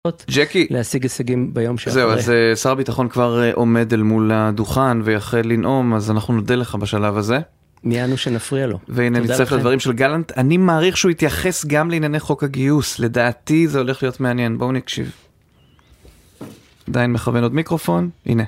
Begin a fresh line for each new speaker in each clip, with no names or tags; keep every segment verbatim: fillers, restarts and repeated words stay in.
ג'קי,
להשיג הישגים ביום שאחרי.
זהו, אז שר הביטחון כבר עומד אל מול הדוכן ויחל לנאום, אז אנחנו נודה לך בשלב הזה.
מי אנו שנפריע לו.
והנה נצטרף לדברים של גלנט. אני מעריך שהוא יתייחס גם לענייני חוק הגיוס. לדעתי זה הולך להיות מעניין. בואו נקשיב. עדיין מכוון עוד מיקרופון. הנה.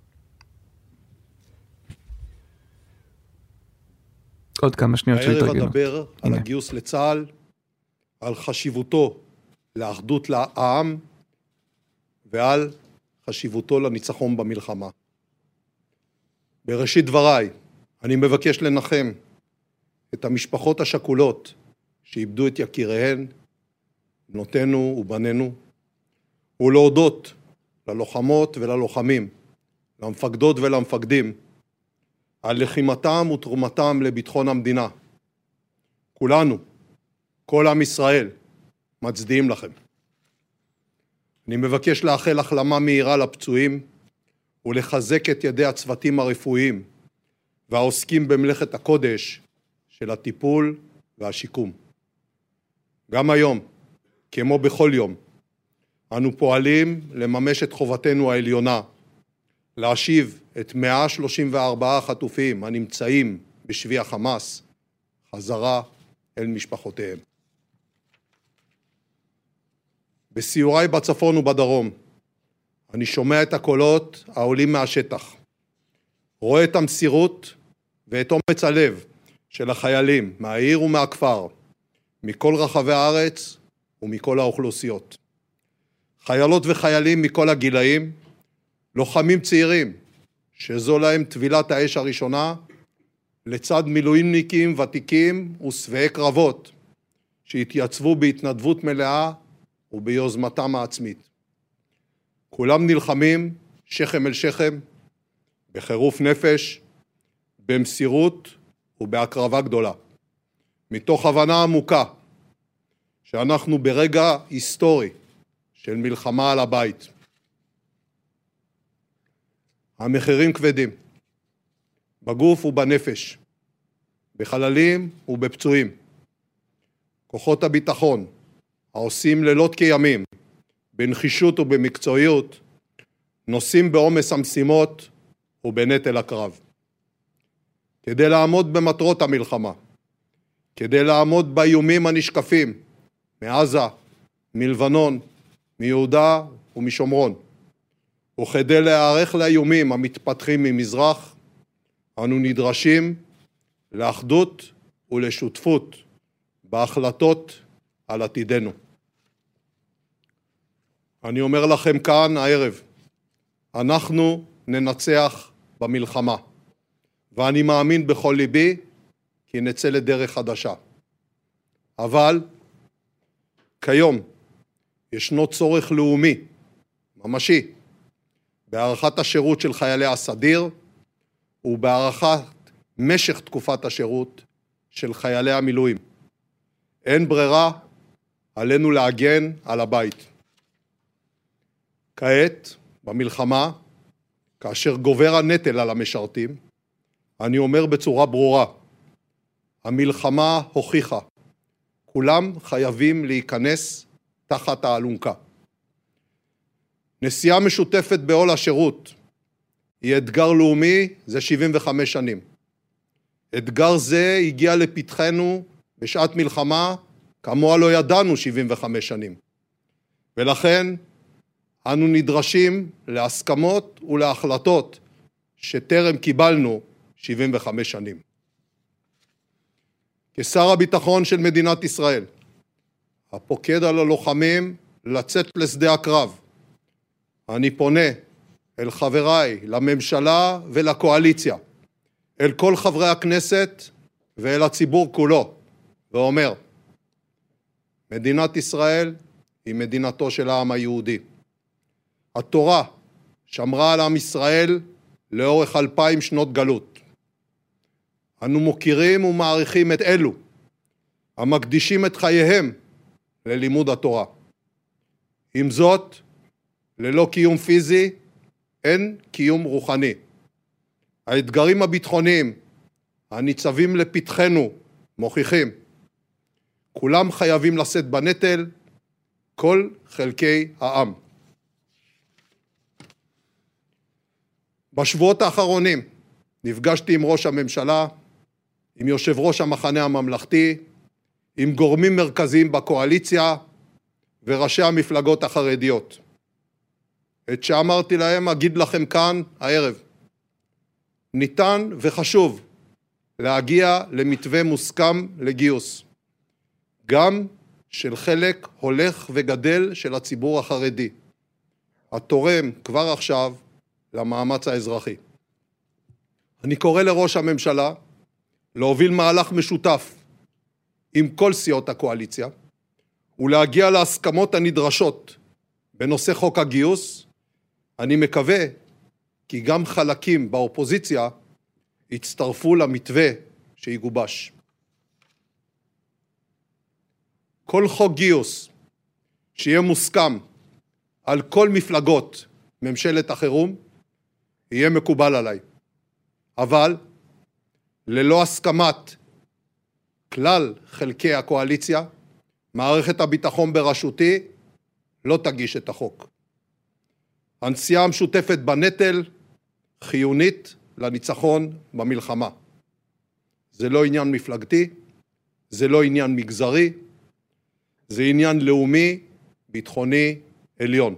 עוד כמה שניות
שהתרגלנו. הערב אדבר על הגיוס לצה"ל, על חשיבותו לאחדות לעם, ועל חשיבותו לניצחון במלחמה. בראשית דבריי, אני מבקש לנחם את המשפחות השכולות שאיבדו את יקיריהן, בנותינו ובנינו, ולהודות ללוחמות וללוחמים, למפקדות ולמפקדים, על לחימתם ותרומתם לביטחון המדינה. כולנו, כל עם ישראל, מצדיעים לכם. אני מבקש לאחל החלמה מהירה לפצועים, ולחזק את ידי הצוותים הרפואיים, והעוסקים במלאכת הקודש של הטיפול והשיקום. גם היום, כמו בכל יום, אנו פועלים לממש את חובתנו העליונה, להשיב את מאה שלושים וארבעה חטופים הנמצאים בשבי החמאס, חזרה אל משפחותיהם. בסיוריי בצפון ובדרום, אני שומע את הקולות העולים מהשטח, רואה את המסירות ואת אומץ הלב של החיילים מהעיר ומהכפר, מכל רחבי הארץ ומכל האוכלוסיות. חיילות וחיילים מכל הגילאים, לוחמים צעירים, שזו להם טבילת האש הראשונה, לצד מילואימניקים ותיקים ושבעי קרבות, שהתייצבו בהתנדבות מלאה וביוזמתם העצמית. כולם נלחמים שכם אל שכם, בחירוף נפש, במסירות ובהקרבה גדולה, מתוך הבנה עמוקה שאנחנו ברגע היסטורי של מלחמה על הבית. המחירים כבדים, בגוף ובנפש, בחללים ובפצועים. כוחות הביטחון, העושים לילות כימים, בנחישות ובמקצועיות, נושאים בעומס המשימות ובנטל הקרב. כדי לעמוד במטרות המלחמה, כדי לעמוד באיומים הנשקפים מעזה, מלבנון, מיהודה ומשומרון, וכדי להיערך לאיומים המתפתחים ממזרח, אנו נדרשים לאחדות ולשותפות בהחלטות על עתידנו. אני אומר לכם כאן הערב, אנחנו ננצח במלחמה, ואני מאמין בכל ליבי כי נצא לדרך חדשה. אבל כיום ישנו צורך לאומי, ממשי, בהארכת השירות של חיילי הסדיר, ובהארכת משך תקופת השירות של חיילי המילואים. אין ברירה, עלינו להגן על הבית. כעת, במלחמה, כאשר גובר הנטל על המשרתים, אני אומר בצורה ברורה, המלחמה הוכיחה, כולם חייבים להיכנס תחת האלונקה. נסיעה משותפת בעול השירות היא אתגר לאומי זה שבעים וחמש שנים. אתגר זה הגיע לפתחנו בשעת מלחמה, כמוה לא ידענו שבעים וחמש שנים. ולכן אנו נדרשים להסכמות ולהחלטות שטרם קיבלנו שבעים וחמש שנים. כשר הביטחון של מדינת ישראל, הפוקד על הלוחמים לצאת לשדה הקרב, אני פונה אל חבריי, לממשלה ולקואליציה, אל כל חברי הכנסת ואל הציבור כולו, ואומר, מדינת ישראל היא מדינתו של העם היהודי. התורה שמרה על עם ישראל לאורך אלפיים שנות גלות. אנו מוקירים ומעריכים את אלו, המקדישים את חייהם ללימוד התורה. עם זאת, ללא קיום פיזי, אין קיום רוחני. האתגרים הביטחוניים הניצבים לפתחנו מוכיחים. כולם חייבים לשאת בנטל, כל חלקי העם. בשבועות האחרונים נפגשתי עם ראש הממשלה, עם יושב ראש המחנה הממלכתי, עם גורמים מרכזיים בקואליציה וראשי המפלגות החרדיות. את שאמרתי להם אגיד לכם כאן הערב. ניתן וחשוב להגיע למתווה מוסכם לגיוס, גם של חלק הולך וגדל של הציבור החרדי, התורם כבר עכשיו למאמץ האזרחי. אני קורא לראש הממשלה להוביל מהלך משותף עם כל סיעות הקואליציה, ולהגיע להסכמות הנדרשות בנושא חוק הגיוס. אני מקווה כי גם חלקים באופוזיציה יצטרפו למתווה שיגובש. כל חוק גיוס שיהיה מוסכם על כל מפלגות ממשלת החירום, יהיה מקובל עליי. אבל ללא הסכמת כלל חלקי הקואליציה, מערכת הביטחון בראשותי לא תגיש את החוק. הנשיאה המשותפת בנטל חיונית לניצחון במלחמה. זה לא עניין מפלגתי, זה לא עניין מגזרי, זה עניין לאומי, ביטחוני, עליון.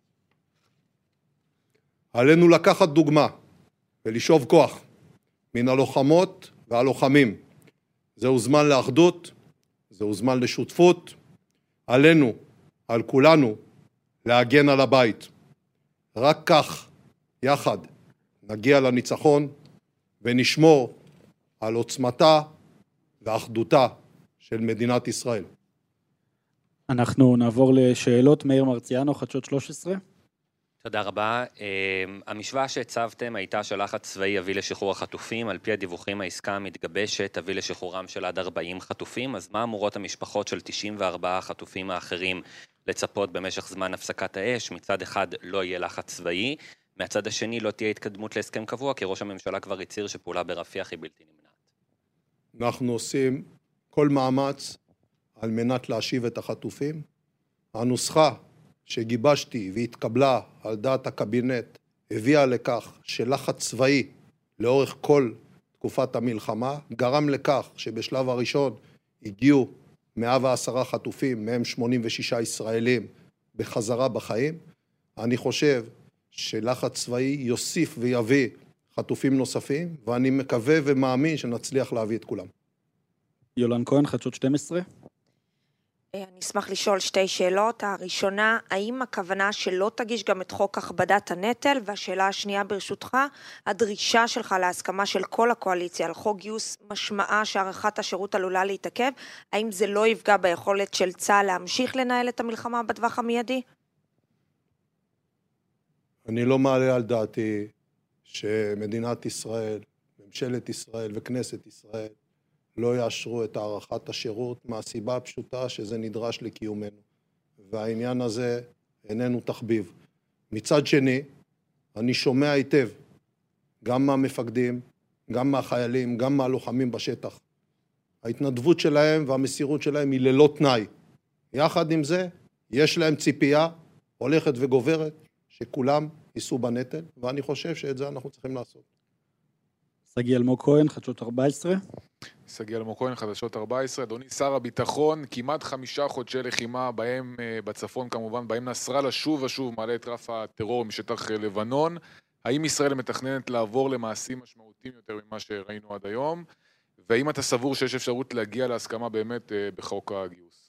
עלינו לקחת דוגמה ולשאוב כוח מן הלוחמות והלוחמים. זהו זמן לאחדות, זהו זמן לשותפות. עלינו, על כולנו, להגן על הבית. רק כך, יחד, נגיע לניצחון ונשמור על עוצמתה ואחדותה של מדינת ישראל.
אנחנו נעבור לשאלות. מאיר מרציאנו, חדשות שלוש עשרה.
תודה רבה. המשוואה שהצבתם הייתה שלחץ צבאי יביא לשחרור החטופים. על פי הדיווחים העסקה המתגבשת תביא לשחרורם של עד ארבעים חטופים. אז מה אמורות המשפחות של תשעים וארבעה החטופים האחרים לצפות במשך זמן הפסקת האש? מצד אחד לא יהיה לחץ צבאי, מהצד השני לא תהיה התקדמות להסכם קבוע, כי ראש הממשלה כבר הצהיר שפעולה ברפיח היא בלתי נמנעת.
אנחנו עושים כל מאמץ על מנת להשיב את החטופים. הנוסחה שגיבשתי והתקבלה על דעת הקבינט הביאה לכך שלחץ צבאי לאורך כל תקופת המלחמה גרם לכך שבשלב הראשון הגיעו מאה ועשרה חטופים, מהם שמונים ושישה ישראלים בחזרה בחיים. אני חושב שלחץ צבאי יוסיף ויביא חטופים נוספים, ואני מקווה ומאמין שנצליח להביא את כולם.
יולן כהן, חדשות שתים עשרה.
אני אשמח לשאול שתי שאלות. הראשונה, האם הכוונה שלא תגיש גם את חוק הכבדת הנטל? והשאלה השנייה ברשותך, הדרישה שלך להסכמה של כל הקואליציה על חוק גיוס משמעה שערכת השירות עלולה להתעכב, האם זה לא יפגע ביכולת של צה"ל להמשיך לנהל את המלחמה בטווח המיידי?
אני לא מעלה על דעתי שמדינת ישראל, ממשלת ישראל וכנסת ישראל לא יאשרו את הערכת השירות מהסיבה הפשוטה שזה נדרש לקיומנו. והעניין הזה איננו תחביב. מצד שני, אני שומע היטב, גם מהמפקדים, גם מהחיילים, גם מהלוחמים בשטח. ההתנדבות שלהם והמסירות שלהם היא ללא תנאי. יחד עם זה, יש להם ציפייה, הולכת וגוברת, שכולם יישאו בנטל, ואני חושב שאת זה אנחנו צריכים לעשות.
סגי אלמוג כהן, חדשות ארבע עשרה.
סגי אלמוג כהן, חדשות ארבע עשרה. אדוני שר הביטחון, כמעט חמישה חודשי לחימה בהם בצפון כמובן, בהם נסראללה שוב ושוב מעלה את רף הטרור משטח לבנון. האם ישראל מתכננת לעבור למעשים משמעותיים יותר ממה שראינו עד היום? והאם אתה סבור שיש אפשרות להגיע להסכמה באמת בחוק הגיוס?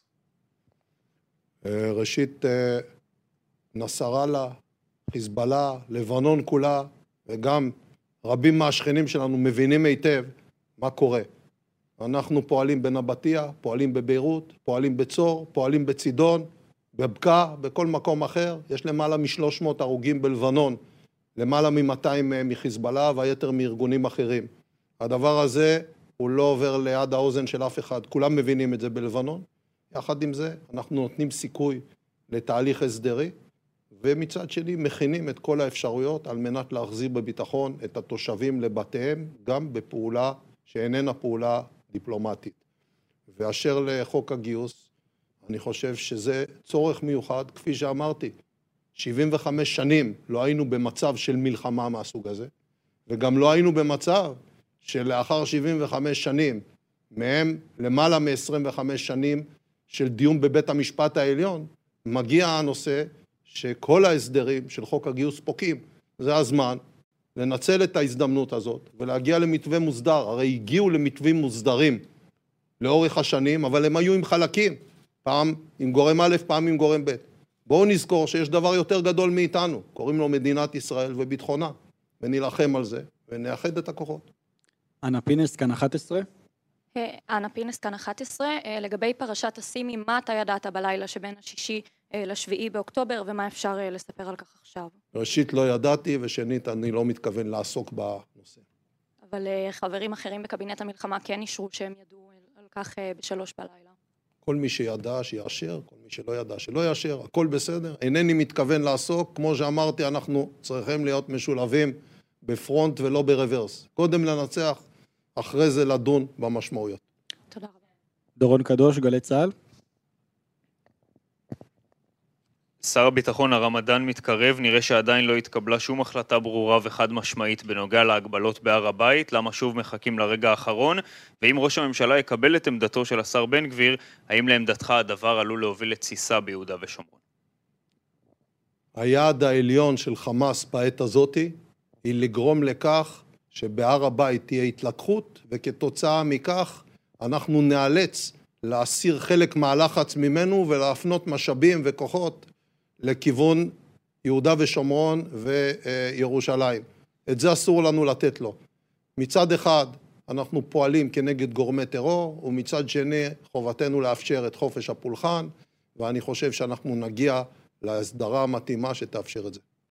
ראשית, נסראללה, חיזבאללה, לבנון כולה, וגם רבים מהשכנים שלנו מבינים היטב מה קורה. אנחנו פועלים בנבטיה, פועלים בביירות, פועלים בצור, פועלים בצידון, בבקע, בכל מקום אחר. יש למעלה מ-שלוש מאות הרוגים בלבנון, למעלה מ-מאתיים מחיזבאללה והיתר מארגונים אחרים. הדבר הזה הוא לא עובר ליד האוזן של אף אחד. כולם מבינים את זה בלבנון. יחד עם זה, אנחנו נותנים סיכוי לתהליך הסדרי, ומצד שני מכינים את כל האפשרויות על מנת להחזיר בביטחון את התושבים לבתיהם, גם בפעולה שאיננה פעולה דיפלומטית. ואשר לחוק הגיוס, אני חושב שזה צורך מיוחד, כפי שאמרתי, שבעים וחמש שנים לא היינו במצב של מלחמה מהסוג הזה, וגם לא היינו במצב שלאחר שבעים וחמש שנים, מהם למעלה מ-עשרים וחמש שנים של דיון בבית המשפט העליון, מגיע הנושא שכל ההסדרים של חוק הגיוס פוקים. זה הזמן לנצל את ההזדמנות הזאת ולהגיע למתווה מוסדר. הרי הגיעו למתווים מוסדרים לאורך השנים, אבל הם היו עם חלקים. פעם עם גורם א', פעם עם גורם ב'. בואו נזכור שיש דבר יותר גדול מאיתנו, קוראים לו מדינת ישראל וביטחונה, ונילחם על זה, ונאחד את הכוחות.
אנה פינס, כאן אחת עשרה.
אנה פינס, כאן אחת עשרה. לגבי פרשת הסימי, מה אתה ידעת בלילה שבין השישי לשביעי באוקטובר, ומה אפשר לספר על כך עכשיו?
ראשית לא ידעתי, ושנית אני לא מתכוון לעסוק בנושא.
אבל חברים אחרים בקבינט המלחמה כן אישרו שהם ידעו על כך בשלוש בלילה.
כל מי שידע שיאשר, כל מי שלא ידע שלא יאשר, הכל בסדר. אינני מתכוון לעסוק, כמו שאמרתי, אנחנו צריכים להיות משולבים בפרונט ולא ברוורס. קודם לנצח, אחרי זה לדון במשמעויות.
תודה רבה.
דורון קדוש, גלי צה"ל.
שר הביטחון, הרמדאן מתקרב, נראה שעדיין לא התקבלה שום החלטה ברורה וחד משמעית בנוגע להגבלות בהר הבית, למה שוב מחכים לרגע האחרון, ואם ראש הממשלה יקבל את עמדתו של השר בן גביר, האם לעמדתך הדבר עלול להוביל לתסיסה ביהודה ושומרון?
היעד העליון של חמאס בעת הזאת היא לגרום לכך שבהר הבית תהיה התלקחות, וכתוצאה מכך אנחנו נאלץ להסיר חלק מהלחץ ממנו ולהפנות משאבים וכוחות לכיוון יהודה ושומרון וירושלים. את זה אסור לנו לתת לו. מצד אחד אנחנו פועלים כנגד גורמי טרור, ומצד שני חובתנו לאפשר את חופש הפולחן, ואני חושב שאנחנו נגיע להסדרה המתאימה שתאפשר את זה.